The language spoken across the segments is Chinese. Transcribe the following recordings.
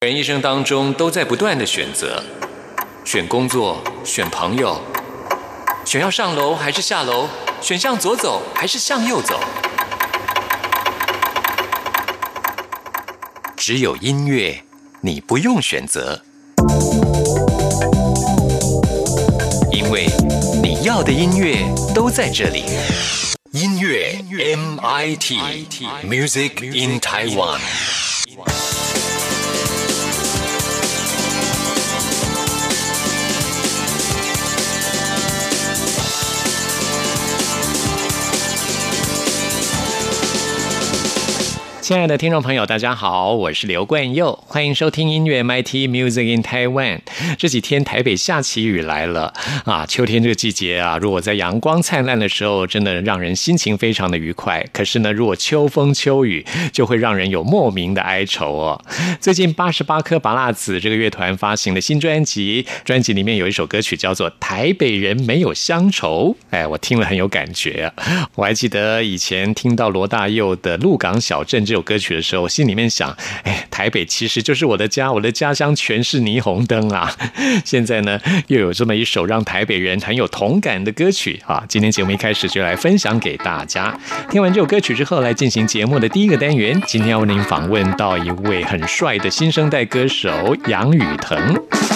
人一生当中都在不断的选择，选工作，选朋友，选要上楼还是下楼，选向左走还是向右走。只有音乐，你不用选择，因为你要的音乐都在这里。音乐 MIT Music in Taiwan。亲爱的听众朋友，大家好，我是刘冠佑，欢迎收听音乐 MIT Music in Taiwan。这几天台北下起雨来了啊，秋天这个季节啊，如果在阳光灿烂的时候，真的让人心情非常的愉快。可是呢，如果秋风秋雨，就会让人有莫名的哀愁哦。最近88颗芭乐籽这个乐团发行的新专辑，专辑里面有一首歌曲叫做《台北人没有乡愁》，我听了很有感觉啊。我还记得以前听到罗大佑的《鹿港小镇》这首歌曲的时候，心里面想，台北其实就是我的家，我的家乡全是霓虹灯啊。现在呢，又有这么一首让台北人很有同感的歌曲啊。今天节目一开始就来分享给大家。听完这首歌曲之后，来进行节目的第一个单元。今天要为您访问到一位很帅的新生代歌手杨宇腾。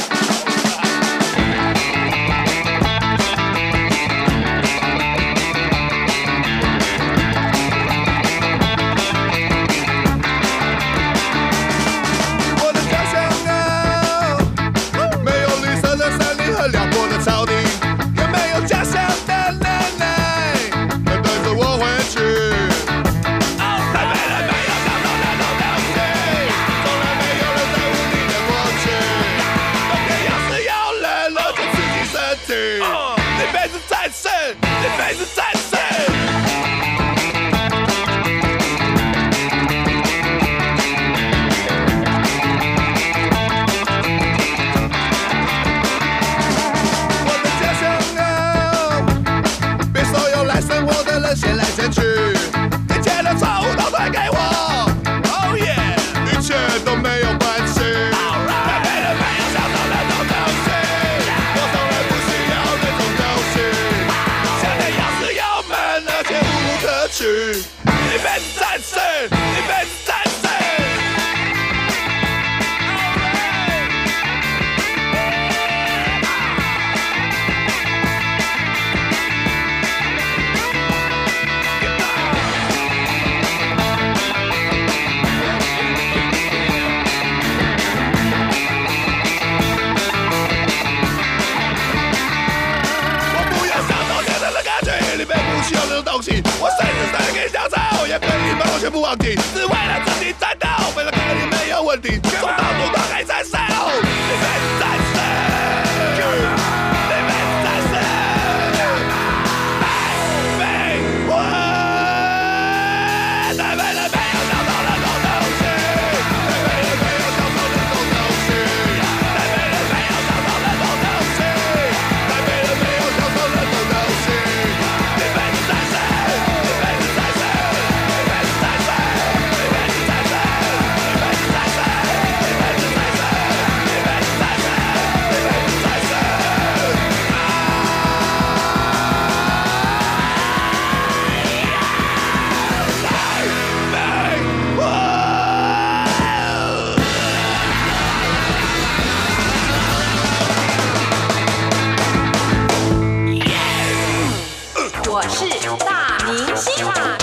我甚至再给你跳槽，也可以把我全部忘记，是为了自己战斗，为了跟你没有问题，从到处都可以战胜，你被战胜，你被战胜，被我台北人没有享受那种东西，台北人没有享受那种东西，台北人没有享受那种东西，台北人没有享受那种东西。 我是大明星啊！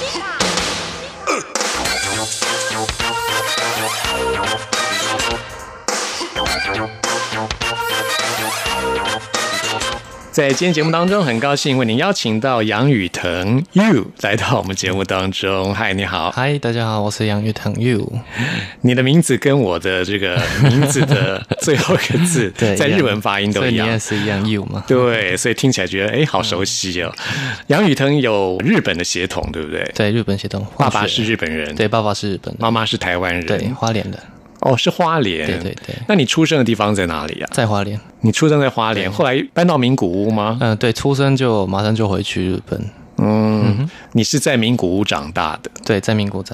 在今天节目当中，很高兴为您邀请到杨宇腾 You 来到我们节目当中。嗨，你好。 嗨，大家好，我是杨宇腾 You。 你的名字跟我的这个名字的最后一个字，在日文发音都一样， 所以你也是一样 You 嘛？ 对，所以听起来觉得好熟悉哦。杨宇腾有日本的血统，对不对？ 对，日本血统。 爸爸是日本人， 对，爸爸是日本人， 妈妈是台湾人， 对，花莲的。 哦，是花莲。 对对对。 那你出生的地方在哪里啊？ 在花莲。 你出生在花莲，后来搬到名古屋吗？ 对，出生就马上就回去日本。 你是在名古屋长大的？ 对，在名古屋长大。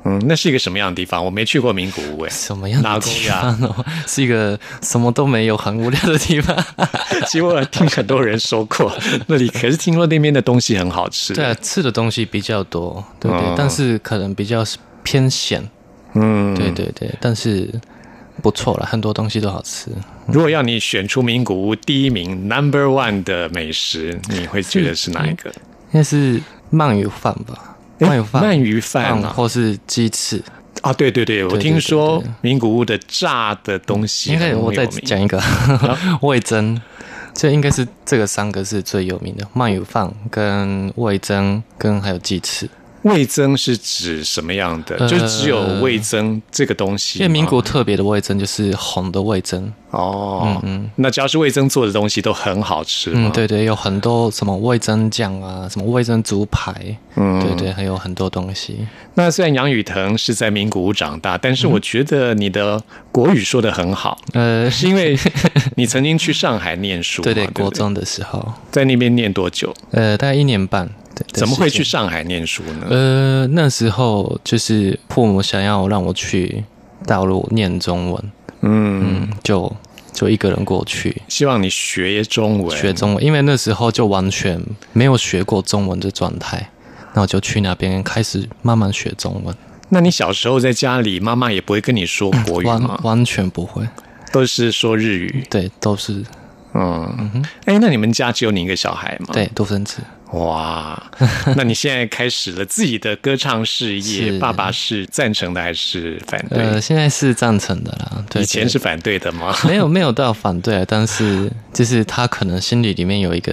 那是一个什么样的地方？我没去过名古屋什么样的地方哦？是一个什么都没有、很无聊的地方。 其实我听很多人说过那里，可是听说那边的东西很好吃。 对啊，吃的东西比较多，对不对？但是可能比较偏咸。对对对，但是不错啦，很多东西都好吃。 如果要你选出名古屋第一名 No.1 的美食，你会觉得是哪一个？ 应该是鳗鱼饭吧。 鳗鱼饭或是鸡翅啊，对对对，我听说名古屋的炸的东西应该我再讲一个味噌，这应该是这个3个是最有名的，鳗鱼饭跟味噌跟还有鸡翅。 味噌是指什么样的？就是只有味噌这个东西。 因为名古屋特别的味噌就是红的味噌。那只要是味噌做的东西都很好吃吗？ 对对，有很多什么味噌酱啊，什么味噌猪排，对对，还有很多东西。 那虽然杨宇腾是在名古屋长大，但是我觉得你的国语说得很好。是因为你曾经去上海念书对对，国中的时候。 在那边念多久？ 大概1年半。 怎么会去上海念书呢？ 那时候就是父母想要让我去大陆念中文，就一个人过去， 希望你学中文， 因为那时候就完全没有学过中文的状态，然后就去那边开始慢慢学中文。 那你小时候在家里，妈妈也不会跟你说国语吗？ 完全不会， 都是说日语。 对，都是。 那你们家只有你一个小孩吗？ 对，独生子。 哇，那你现在开始了自己的歌唱事业，爸爸是赞成的还是反对？现在是赞成的啦。对， 以前是反对的吗？ 没有到反对，但是就是他可能心里面有一个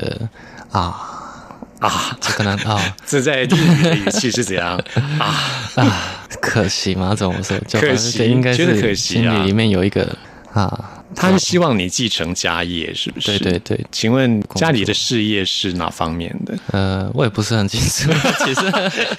这可能这在日语的语气是怎样可惜吗？怎么说？ 可惜， 应该是觉得可惜心里里面有一个他是希望你继承家业，是不是？ 对对对。 请问家里的事业是哪方面的？ 我也不是很清楚，其实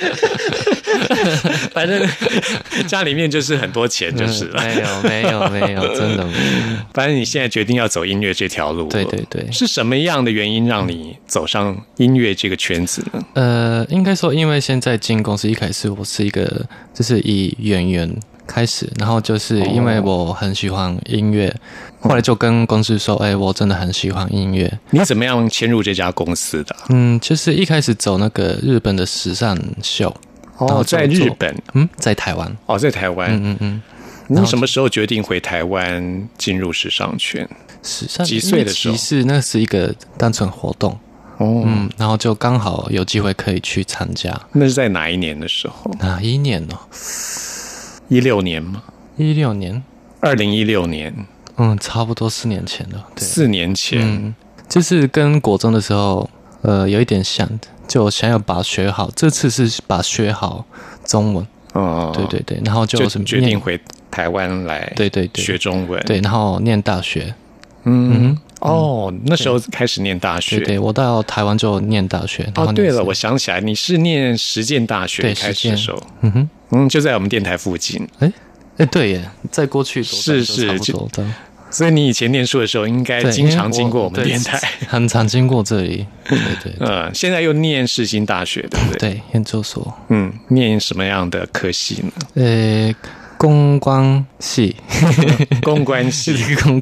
反正家里面就是很多钱就是了。 没有，真的没有。 反正你现在决定要走音乐这条路， 对对对。 是什么样的原因让你走上音乐这个圈子呢？应该说，因为现在进公司一开始我是一个就是以演员开始，然后就是因为我很喜欢音乐，后来就跟公司说，我真的很喜欢音乐。 你怎么样迁入这家公司的？ 就是一开始走那个日本的时尚秀。 在日本？ 在台湾。 在台湾。你什么时候决定回台湾进入时尚圈？几岁的时候？ 其实那是一个单纯活动。然后就刚好有机会可以去参加。 那是在哪一年的时候？ 哪一年呢 ？16年吗 ？16年 ，2016年。 差不多4年前了。对 ，4年前。 就是跟国中的时候，有一点像的，就想要把学好。这次是把学好中文。对对对，然后就决定回台湾来， 对对对， 学中文。 对，然后念大学。 那时候开始念大学。 对对，我到台湾就念大学。 对了，我想起来，你是念实践大学开始的时候。就在我们电台附近。 对耶，在过去是所以你以前念书的时候，应该经常经过我们电台， 很常经过这里。对对。 现在又念世新大学，对不对？ 对，研究所。 念什么样的科系呢？ 公关系。 公关系。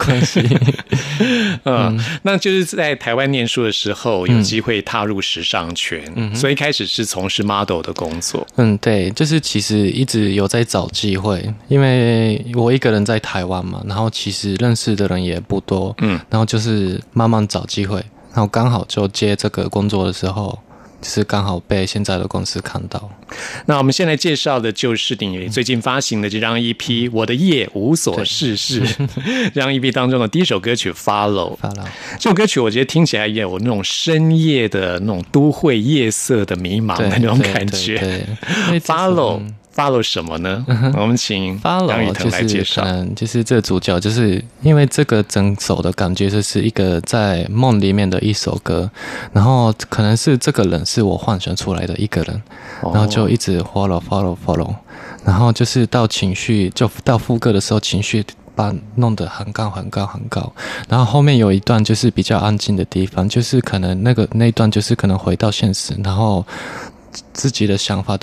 那就是在台湾念书的时候，有机会踏入时尚圈，所以一开始是从事 model 的工作。 对，就是其实一直有在找机会，因为我一个人在台湾嘛，然后其实认识的人也不多，然后就是慢慢找机会，然后刚好就接这个工作的时候，就是刚好被现在的公司看到。 那我们现在介绍的就是你最近发行的这张 EP《我的夜无所事事》这张 EP 当中的第一首歌曲 Follow。 这首歌曲我觉得听起来也有那种深夜的那种都会夜色的迷茫的那种感觉。Follow 什么呢？我们请杨宇腾来介绍。 就是这个主角，就是因为这个整首的感觉就是一个在梦里面的一首歌，然后可能是这个人是我幻想出来的一个人，然后就一直 follow， 然后就是到情绪，就到副歌的时候，情绪把弄得很高，然后后面有一段就是比较安静的地方，就是可能那一段就是可能回到现实，然后自己的想法都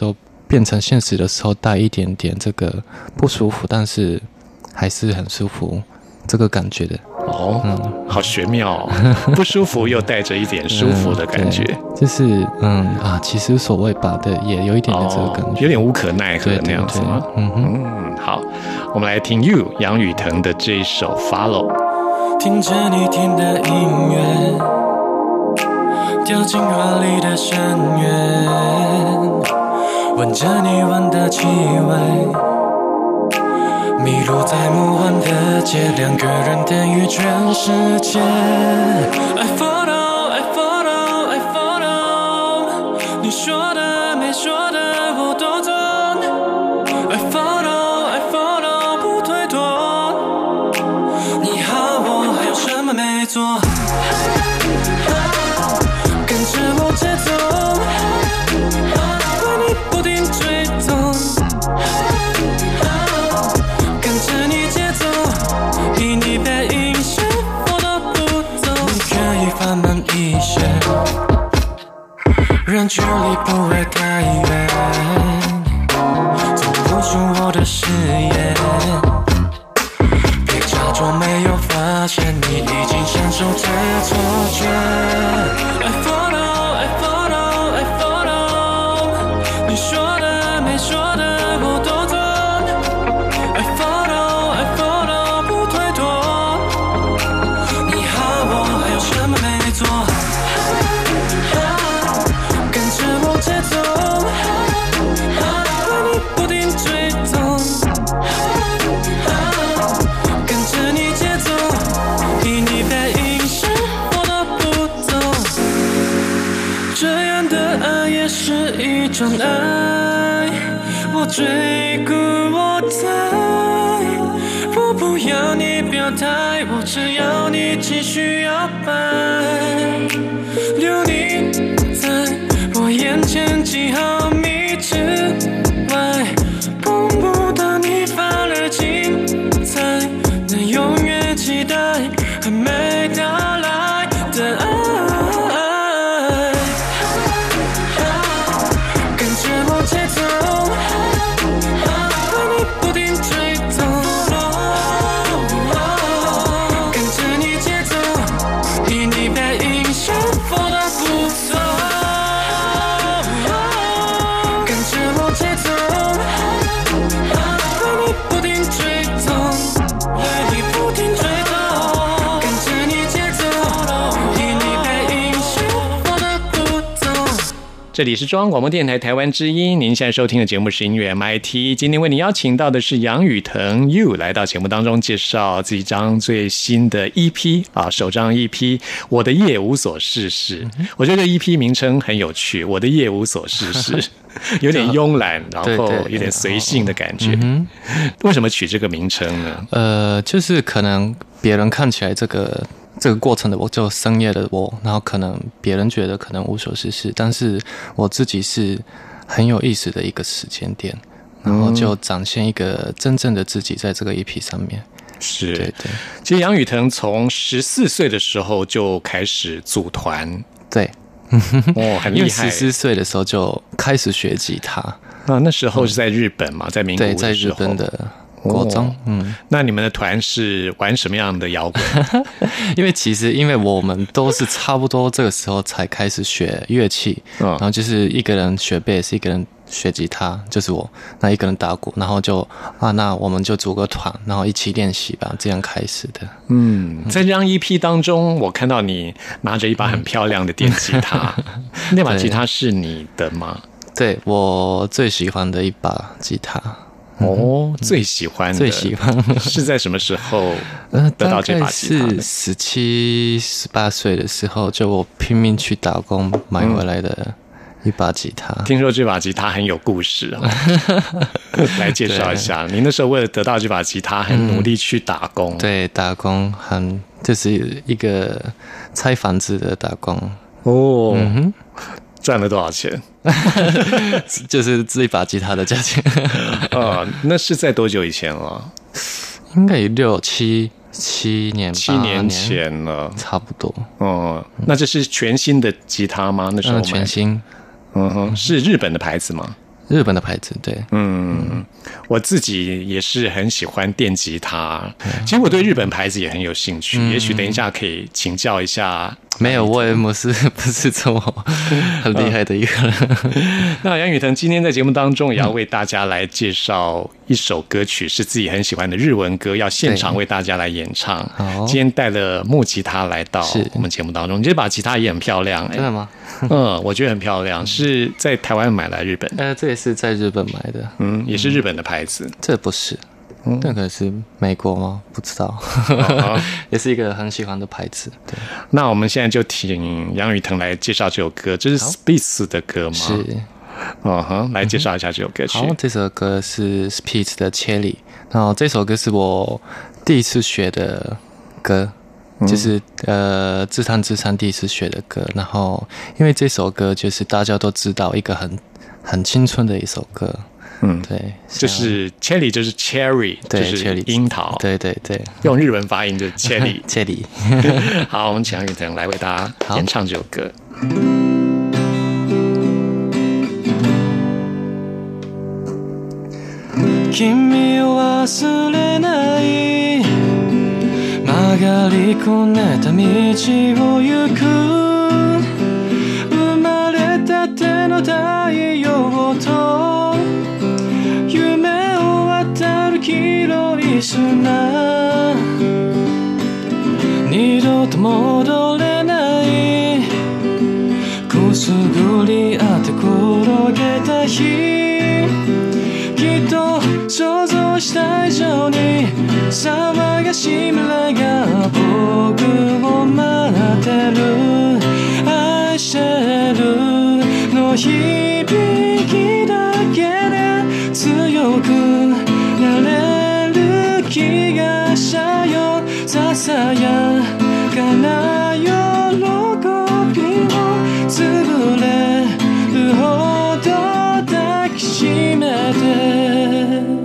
变成现实的时候带一点点这个不舒服，但是还是很舒服这个感觉的。 好玄妙哦，不舒服又带着一点舒服的感觉， 就是其实所谓吧的也有一点点这个感觉， 有点无可奈何那样子吗？好，我们来听 You 杨宇腾的这一首 Follow。 听着你听的音乐，掉进华丽的深渊，闻着你闻的气味，迷路在魔幻的街，两个人等于全世界。I follow, I follow, I follow， 你说的没说的我都懂。I follow, I follow， 不退脱。你好，我还有什么没做？跟着我节奏，为你不停追踪。你背影是我都不走，你可以放慢一些，让距离不会太远，走不出我的视野，别假装没有发现，你已经享受这错觉。I follow, I follow, I follow， 你说的没说的我都懂。I follow, I follow， 不退脱。你好，我还有什么没做？跟着我节奏，为你不停追踪。跟着你节奏，以你背影时我都不走。这样的爱也是一种爱，我追顾我在。我不要你表态，我只要你继续摇摆，留你在我眼前几毫米之外，碰不到你反而精彩，能永远期待还没到来的爱。跟着我节奏，为你不停追踪。 这里是中央广播电台台湾之音，您现在收听的节目是音乐 MIT。今天为您邀请到的是杨宇腾 You 来到节目当中，介绍自己张最新的 EP 首张 EP《我的夜无所事事》。我觉得 EP 名称很有趣，《我的夜无所事事》有点慵懒，然后有点随性的感觉。为什么取这个名称呢？ 就是可能别人看起来这个过程的我，就深夜的我，然后可能别人觉得可能无所事事，但是我自己是很有意思的一个时间点，然后就展现一个真正的自己在这个 EP 上面。 是， 对对。 其实杨宇腾从14岁的时候就开始组团， 对， 很厉害。 因为14岁的时候就开始学吉他， 那时候是在日本嘛，在名古屋的时候， 对，在日本的国中。 那你们的团是玩什么样的摇滚？ 因为我们都是差不多这个时候才开始学乐器，然后就是一个人学贝斯，一个人学吉他，就是我，那一个人打鼓，然后就那我们就组个团，然后一起练习吧，这样开始的。在这张 EP 当中，我看到你拿着一把很漂亮的电吉他，那把吉他是你的吗？对，我最喜欢的一把吉他。 最喜欢是在什么时候得到这把吉他的？大概是 17、18岁的时候，就我拼命去打工买回来的一把吉他。 听说这把吉他很有故事来介绍一下。您那时候为了得到这把吉他，很努力去打工。 对，打工就是一个拆房子的打工。 赚了多少钱？ 就是这一把吉他的价钱。 那是在多久以前了？ 应该有6、7年 ，7年前了， 差不多。 那这是全新的吉他吗？那时候全新。 是日本的牌子吗？ 日本的牌子，对。 我自己也是很喜欢电吉他，其实我对日本牌子也很有兴趣，也许等一下可以请教一下。 没有，我也不是这么很厉害的一个人。 那杨宇腾今天在节目当中也要为大家来介绍一首歌曲，是自己很喜欢的日文歌，要现场为大家来演唱。今天带了木吉他来到我们节目当中，你这把吉他也很漂亮， 真的吗？ 我觉得很漂亮，是在台湾买来日本？ 这也是在日本买的， 也是日本的牌子。 这不是。那可能是美国吗？不知道，也是一个很喜欢的牌子。对， 那我们现在就请杨宇腾来介绍这首歌，这是 Spitz 的歌吗？ 是， 来介绍一下这首歌曲。 好，这首歌是 Spitz 的 Cherry， 然后这首歌是我第一次学的歌。就是自弹自唱第一次学的歌，然后因为这首歌就是大家都知道一个很青春的一首歌。对， 就是 cherry 就是 cherry， 就是樱桃， 对对对， 用日文发音就是 cherry。 cherry。 好，我们请杨宇腾来为大家演唱这首歌。 君を忘れない曲がりこねた道を行く生まれたての太陽と夢を渡る黄色い砂二度と戻れないくすぐり合って転げた日きっと想像した以上に騒がしい未来が僕を待ってる愛してるの響きだけで強くなれる気がしたよささやかな喜びも潰れるほど抱きしめて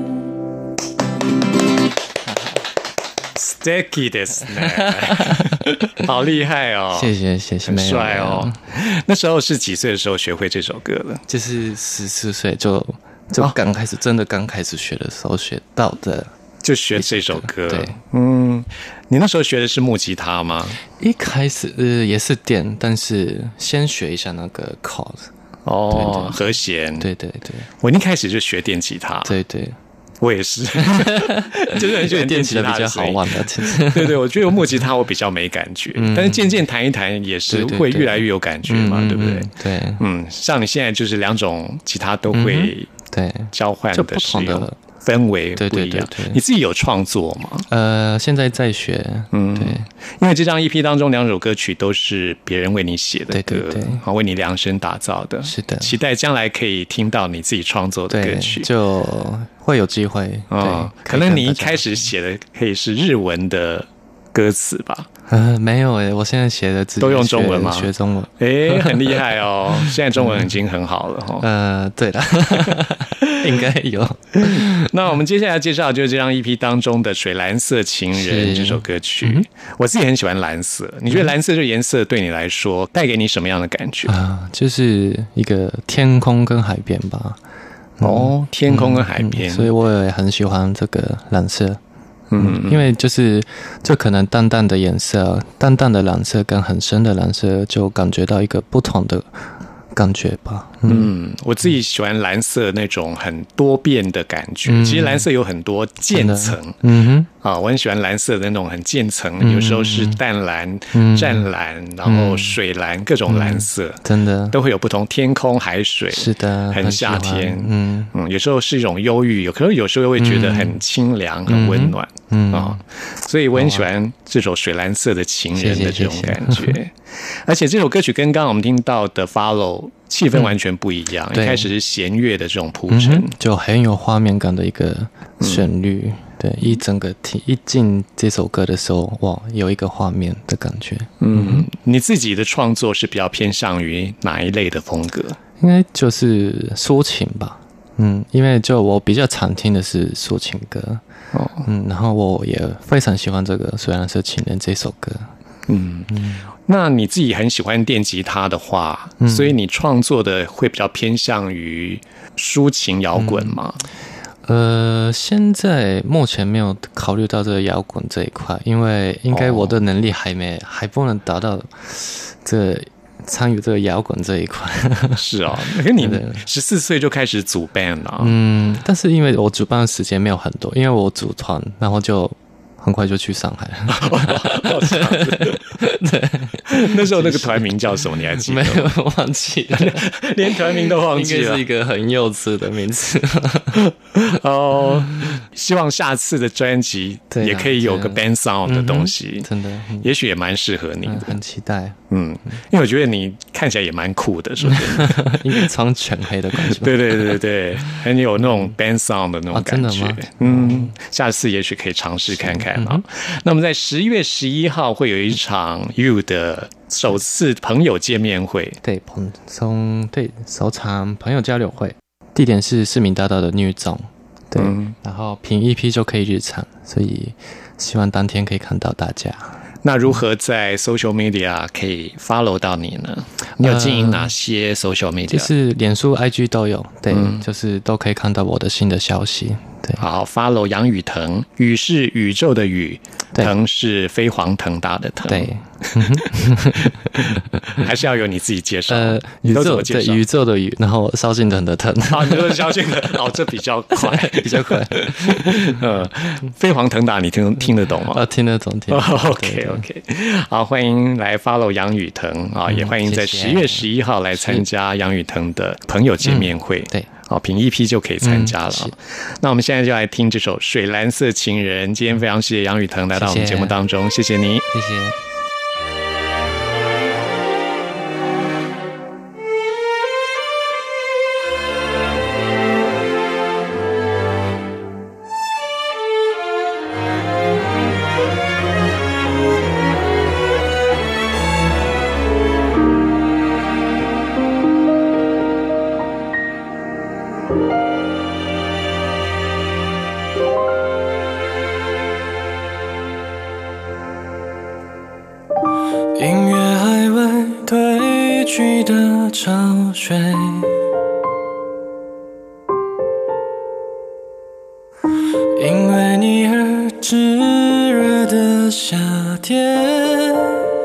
素敵ですね，好厉害哦！ 谢谢， 很帅哦。那时候是几岁的时候学会这首歌了？ 就是14岁就刚开始，真的刚开始学的时候学到的， 就学这首歌。 对， 你那时候学的是木吉他吗？ 一开始也是电，但是先学一下那个 chord。 哦，和弦。 对对对， 我一开始就学电吉他。 对对。 我也是，就是很喜欢电吉他比较好玩的。 对对，我觉得木吉他我比较没感觉，但是渐渐弹一弹也是会越来越有感觉嘛，对不对？ 对， 像你现在就是两种吉他都会交换的使用。氛围不一样。你自己有创作吗？ 现在在学。对， 因为这张 EP 当中2首歌曲都是别人为你写的歌， 对， 好为你量身打造的。 是的， 期待将来可以听到你自己创作的歌曲， 就会有机会。 可能你一开始写的可以是日文的歌词吧？ 没有我现在写的字都用中文吗？ 学中文， 很厉害哦！现在中文已经很好了对的，应该有。 那我们接下来介绍就是这张 EP 当中的《水蓝色情人》这首歌曲。我自己很喜欢蓝色，你觉得蓝色这颜色对你来说带给你什么样的感觉？ 就是一个天空跟海边吧。 天空跟海边， 所以我也很喜欢这个蓝色。因为就可能淡淡的颜色，淡淡的蓝色跟很深的蓝色，就感觉到一个不同的感觉吧。 我自己喜欢蓝色那种很多变的感觉。其实蓝色有很多渐层。我很喜欢蓝色的那种很渐层，有时候是淡蓝、湛蓝，然后水蓝，各种蓝色， 真的都会有不同。天空、海水， 是的， 很夏天。有时候是一种忧郁，可是有时候会觉得很清凉、很温暖。所以我很喜欢这首水蓝色的情人的这种感觉。而且这首歌曲跟刚刚我们听到的 Follow 气氛完全不一样，一开始是弦乐的这种铺陈， 就很有画面感的一个旋律。对，一进这首歌的时候，哇，有一个画面的感觉。 你自己的创作是比较偏向于哪一类的风格？ 应该就是抒情吧。因为就我比较常听的是抒情歌。然后我也非常喜欢这个《水蓝色情人》这首歌。 那你自己很喜欢电吉他的话，所以你创作的会比较偏向于抒情摇滚吗？ 现在目前没有考虑到这个摇滚这一块，因为应该我的能力还不能达到参与这个摇滚这一块。 是哦，可是你14岁就开始组 band 了。 但是因为我主办的时间没有很多，因为我组团，然后就很快就去上海了。 对，那时候那个团名叫什么？你还记得吗？ 没有，忘记了， 连团名都忘记了。 应该是一个很幼稚的名字。 哦，希望下次的专辑也可以有个 band sound 的东西， 真的， 也许也蛮适合你的， 很期待。 因为我觉得你看起来也蛮酷的，说真的。 应该穿全黑的感觉。 对，很有那种 band sound 的那种感觉。下次也许可以尝试看看啊。那么在10月11号会有一场 You 的首次朋友见面会，首场朋友交流会， 地点是市民大道的女总，对，然后凭EP就可以日常，所以希望当天可以看到大家。 那如何在 social media 可以 follow 到你呢？你有经营哪些 social media？ 就是脸书、IG 都有，对，就是都可以看到我的新的消息。对， 好 ，follow 杨宇腾，宇是宇宙的宇，腾是飞黄腾达的腾。 对， 还是要由你自己介绍。 宇宙对宇宙的宇，然后萧敬腾的腾。 好，你说萧敬腾，这比较快，比较快。飞黄腾达，你听得懂吗？ 听得懂，听得懂。 OK， 好，欢迎来 follow 杨宇腾啊，也欢迎在10月11号来参加杨宇腾的朋友见面会。 对。 好，凭EP就可以参加了。那我们现在就来听这首《水蓝色情人》。今天非常谢谢杨宇腾来到我们节目当中，谢谢你， 谢谢。 音乐还未褪去的潮水，因为你而炙热的夏天，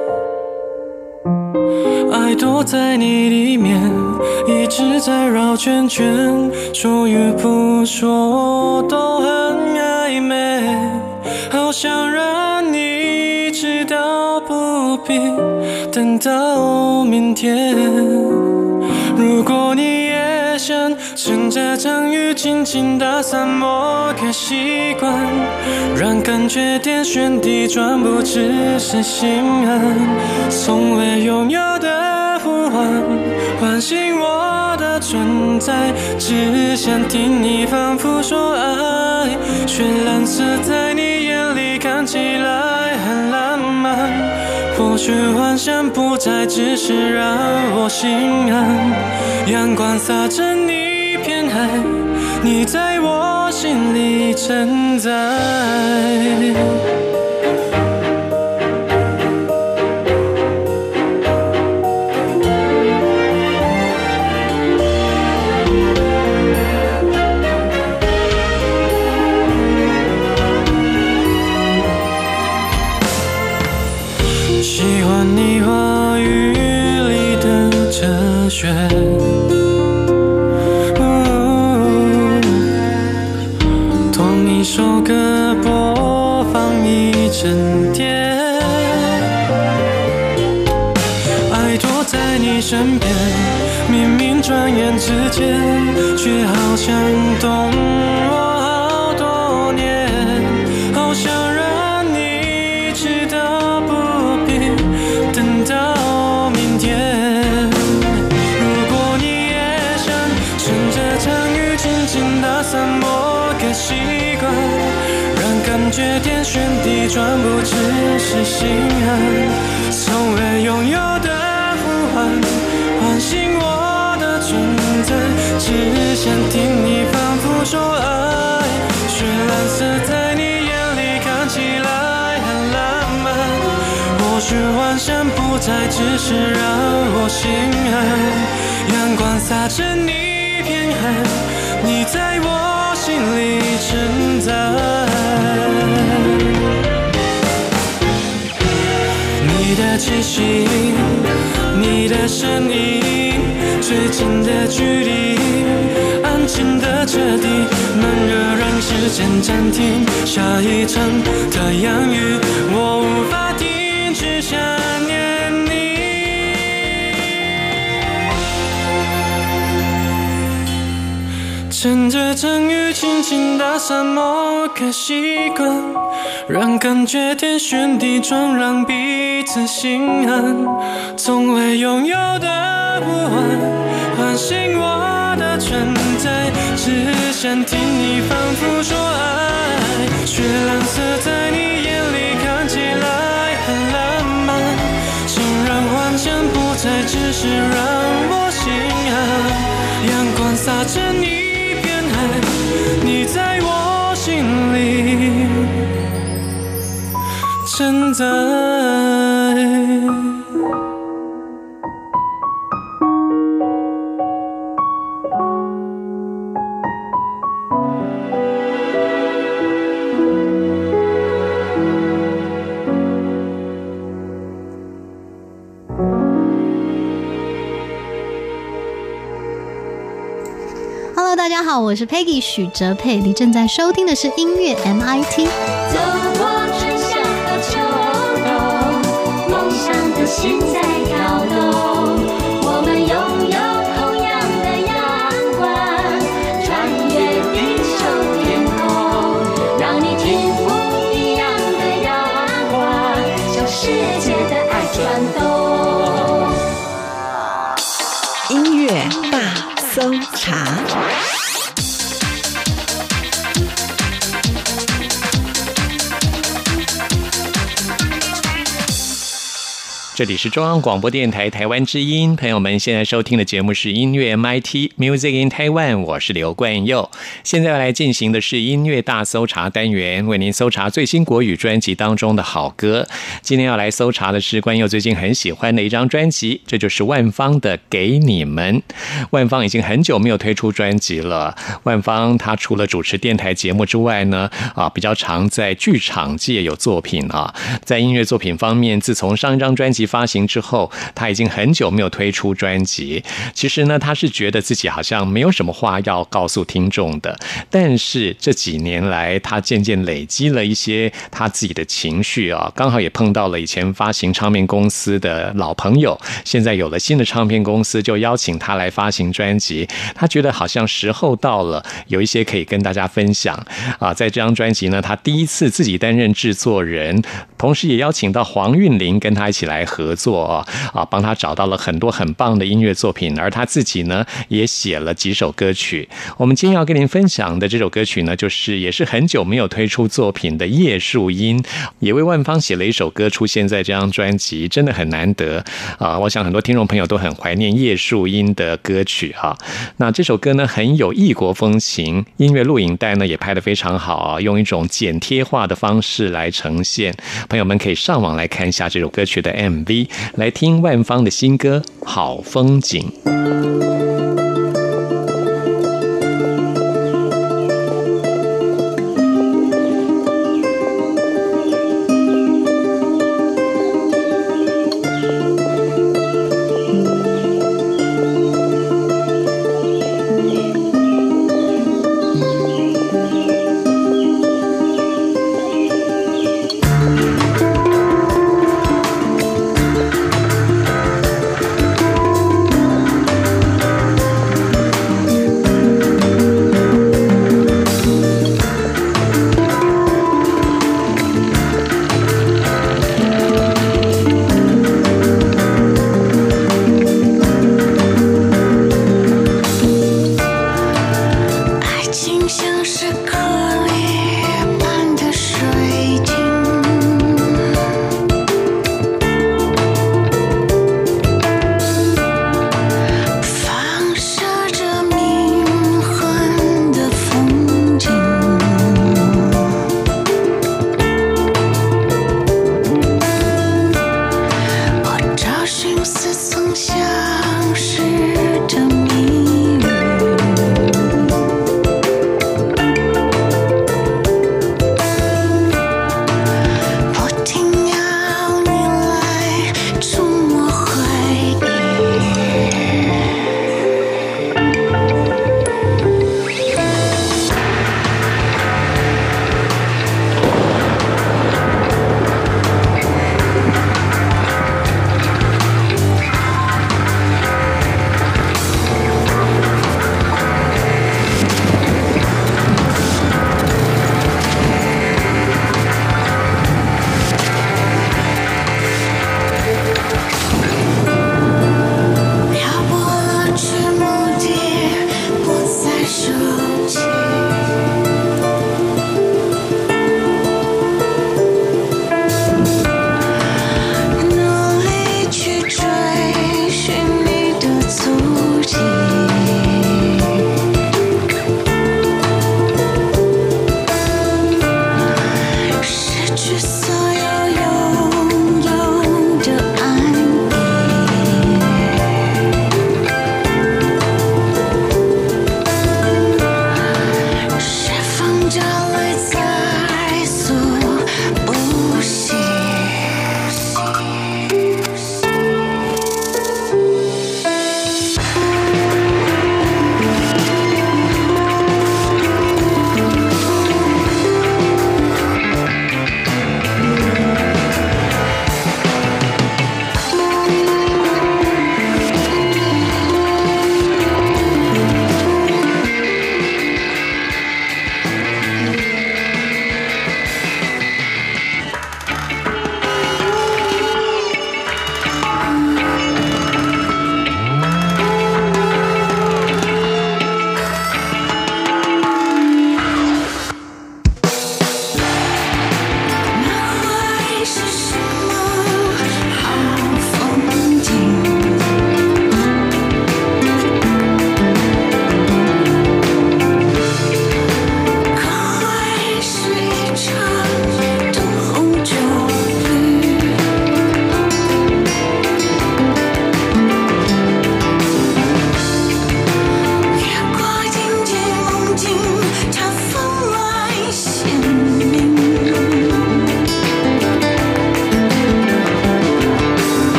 爱躲在你里面，一直在绕圈圈，说与不说都很暧昧，好想让你知道不必等到明天。如果你也想趁着场雨轻轻打伞，某个习惯，让感觉天旋地转，不只是心安。从未拥有的呼唤，唤醒我的存在，只想听你反复说爱。绚烂色在你眼里看起来很浪漫，或许幻想不再只是让我心安。阳光洒着你片海，你在我心里承载。喜欢你话语里的哲学，同一首歌播放一整天，爱躲在你身边，明明转眼之间，却好像懂我好多年，好想让你知道不必等到明天。如果你也想趁着场雨轻轻打伞，某个习惯，让感觉天旋地转，不只是心安。从未拥有的呼唤，唤醒我的存在，只想听你反复说爱。绚烂色在你眼里看起来很浪漫，或许许幻想不再只是让我心寒，阳光洒着你偏寒，你在我心里承载。你的气息，你的声音，最近的距离，安静的彻底，闷热让时间暂停，下一场太阳雨，我无法停止想念你。趁着阵雨轻轻打散某个习惯，让感觉天旋地转，让彼此心安，从未拥有的不安，唤醒我的存在，只想听你反复说爱。雪蓝色在你眼里看起来很浪漫，请让幻想不再只是让我心安，阳光洒着你偏寒，你在我心里承载。 Hello， 大家好，我是 Peggy 许哲佩，你正在收听的是音乐 MIT。 走过春夏和秋冬，梦想的心在跳动，我们拥有同样的阳光，穿越地球天空，让你听不一样的阳光，向世界的爱转动。 音乐大搜查。 这里是中央广播电台台湾之音，朋友们现在收听的节目是音乐 MIT Music in Taiwan， 我是刘冠佑。现在要来进行的是音乐大搜查单元，为您搜查最新国语专辑当中的好歌。今天要来搜查的是冠佑最近很喜欢的一张专辑，这就是万芳的《给你们》。万芳已经很久没有推出专辑了。万芳她除了主持电台节目之外呢，比较常在剧场界有作品啊。在音乐作品方面，自从上一张专辑发行之后，他已经很久没有推出专辑。其实呢，他是觉得自己好像没有什么话要告诉听众的，但是这几年来，他渐渐累积了一些他自己的情绪啊，刚好也碰到了以前发行唱片公司的老朋友，现在有了新的唱片公司，就邀请他来发行专辑。他觉得好像时候到了，有一些可以跟大家分享啊。在这张专辑呢，他第一次自己担任制作人，同时也邀请到黄韵玲跟他一起来合作帮他找到了很多很棒的音乐作品，而他自己呢也写了几首歌曲。我们今天要跟您分享的这首歌曲呢，就是也是很久没有推出作品的叶树英，也为万芳写了一首歌出现在这张专辑，真的很难得我想很多听众朋友都很怀念叶树英的歌曲那这首歌呢很有异国风情，音乐录影带呢也拍得非常好用一种剪贴化的方式来呈现。朋友们可以上网来看一下这首歌曲的 MV， 来听万芳的新歌《好风景》。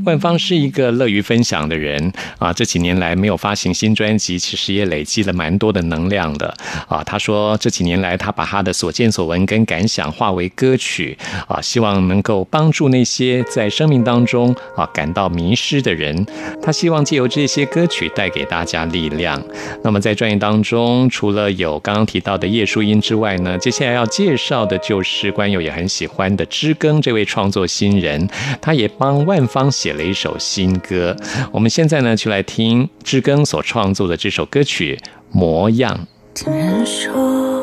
万芳是一个乐于分享的人啊，这几年来没有发行新专辑，其实也累积了蛮多的能量的啊。他说这几年来，他把他的所见所闻跟感想化为歌曲啊，希望能够帮助那些在生命当中啊感到迷失的人。他希望借由这些歌曲带给大家力量。那么在专辑当中，除了有刚刚提到的叶淑音之外呢，接下来要介绍的就是观友也很喜欢的知更这位创作新人，他也帮万芳写了一首新歌。我们现在呢就来听知更所创作的这首歌曲《模样》。 听人说，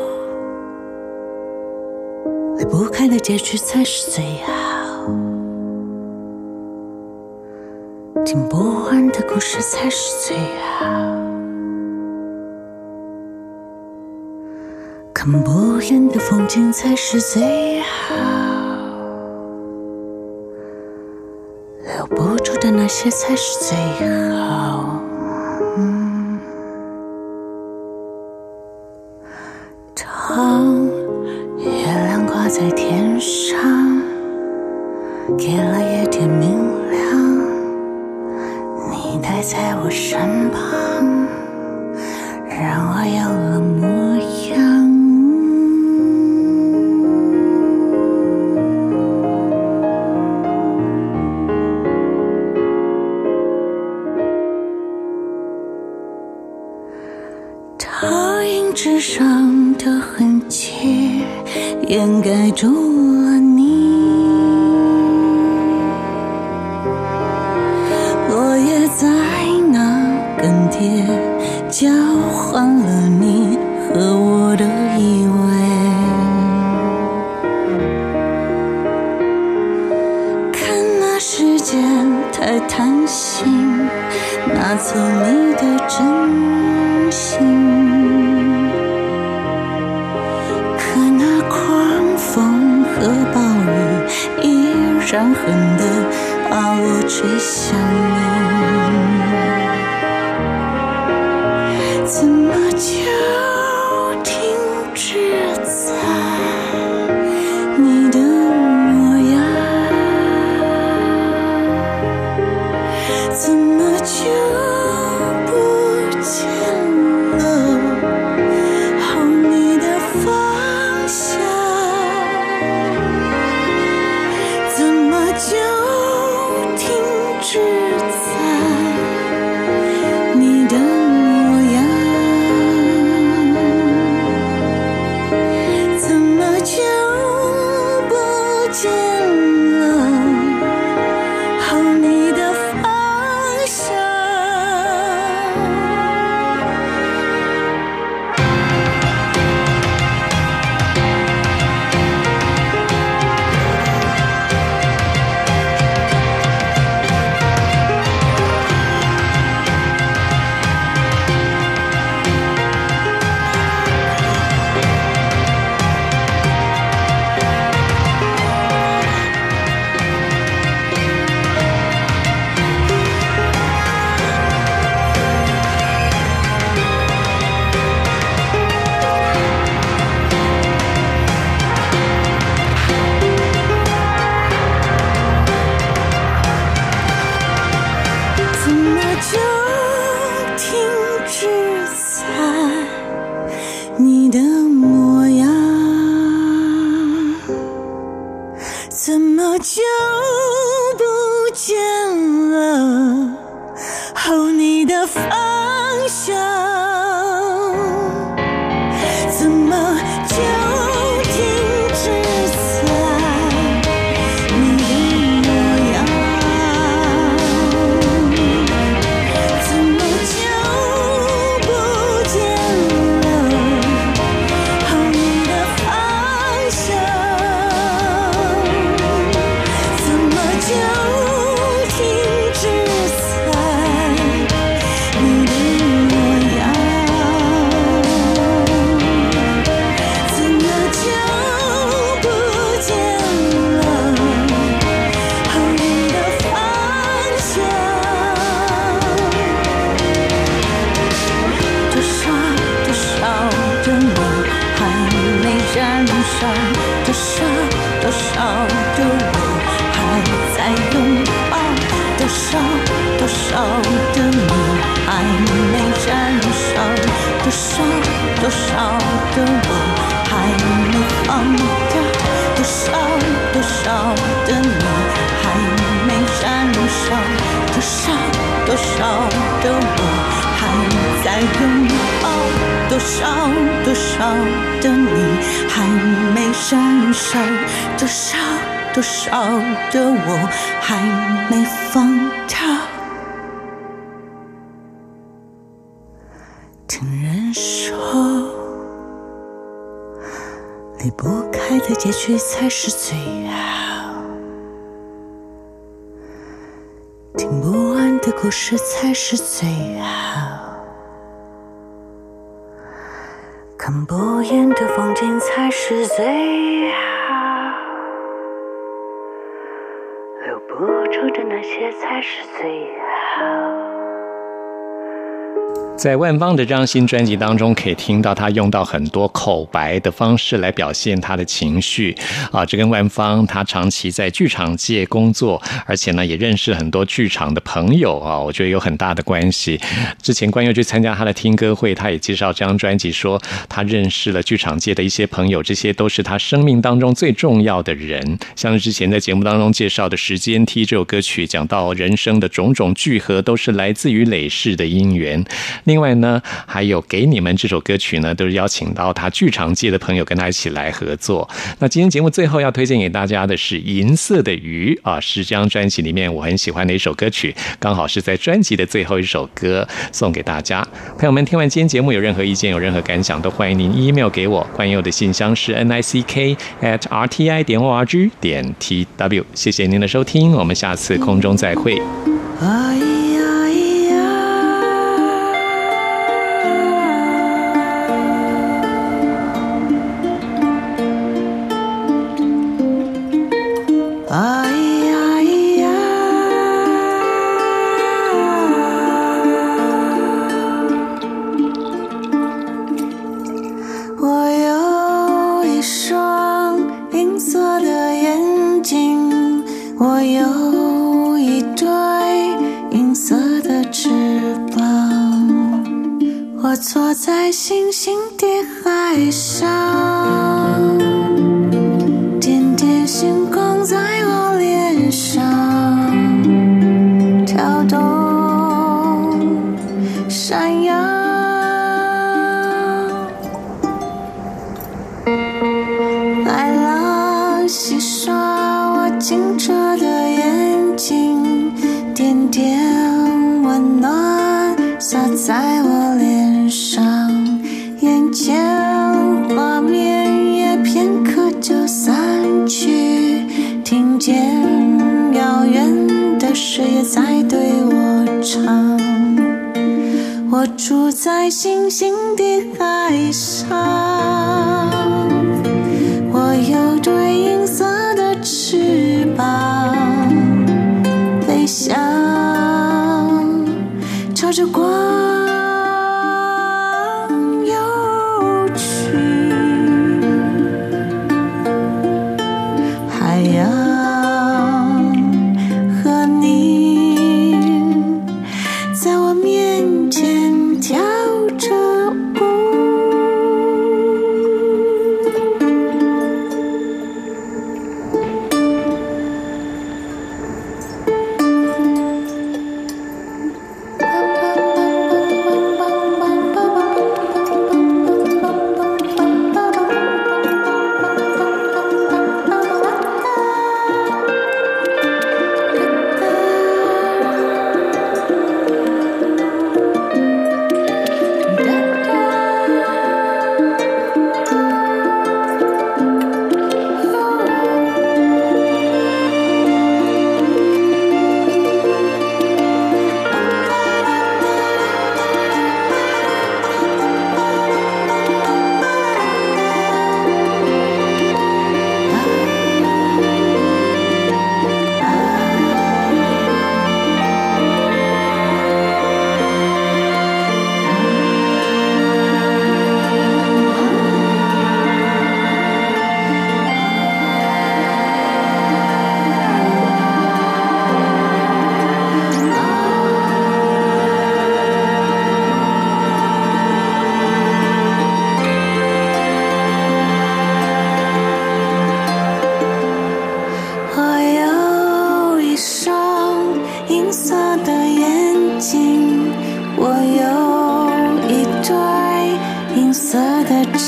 离不开的结局才是最好，听不完的故事才是最好，看不厌的风景才是最好，留不住的那些才是最好。当月亮挂在天上，给了夜点明亮，你待在我身旁，让我有了模样。倒影纸上的痕迹掩盖住了你，落叶在那更迭交换了你和我的以为，看那时间太贪心，拿走你的真心，可那狂风和暴雨依然狠地把我吹向你，怎么就停止在你的模样，怎么就不见了好你的方向，怎么就停止在你的模样，怎么就不见了好你的方向。怎么就停止在你的模样，怎么就不见了好你的方向，怎么就停止在你的模样，怎么就不见了好你的方向，怎么就停止在你的模样，怎么就不见了好你的方向，多少多少的你还没燃烧，多少多少的我还在拥抱，多少多少多少的我还没放掉，多少多少的你还没燃烧，多少多少的我还在拥抱，多少多少的你还没燃烧，多少多少的我还没放掉。听人说，离不开的结局才是最好，听不完的故事才是最好，看不厌的风景才是最好，留不住的那些才是最好。 在万芳的这张新专辑当中，可以听到他用到很多口白的方式来表现他的情绪啊。这跟万芳他长期在剧场界工作，而且呢也认识很多剧场的朋友啊，我觉得有很大的关系。之前冠佑去参加他的听歌会，他也介绍这张专辑说，他认识了剧场界的一些朋友，这些都是他生命当中最重要的人。像是之前在节目当中介绍的《时间梯》这首歌曲，讲到人生的种种聚合都是来自于累世的因缘。另外呢，还有给你们这首歌曲呢，都是邀请到他剧场界的朋友跟他一起来合作。那今天节目最后要推荐给大家的是《银色的鱼》啊，是这张专辑里面我很喜欢的一首歌曲，刚好是在专辑的最后一首歌，送给大家。朋友们，听完今天节目有任何意见、有任何感想，都欢迎您 email 给我。冠佑的信箱是 nick@rti.org.tw。谢谢您的收听，我们下次空中再会。 我有一双银色的眼睛，我有一对银色的翅膀，我坐在星星的海上，点点星光在我脸上跳动闪耀，来了洗刷我清澈的眼睛，点点温暖洒在我脸上，眼前画面也片刻就散去，听见遥远的水也在对我唱，我住在星星的海上，我有对银色的翅膀，飞翔朝着光游去，海洋和你在我面前跳着舞。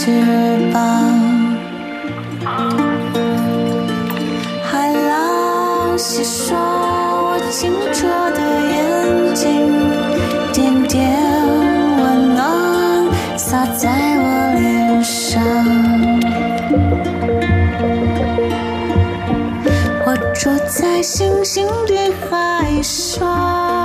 翅膀，海浪戏说我清澈的眼睛，点点温暖洒在我脸上。我住在星星的海上，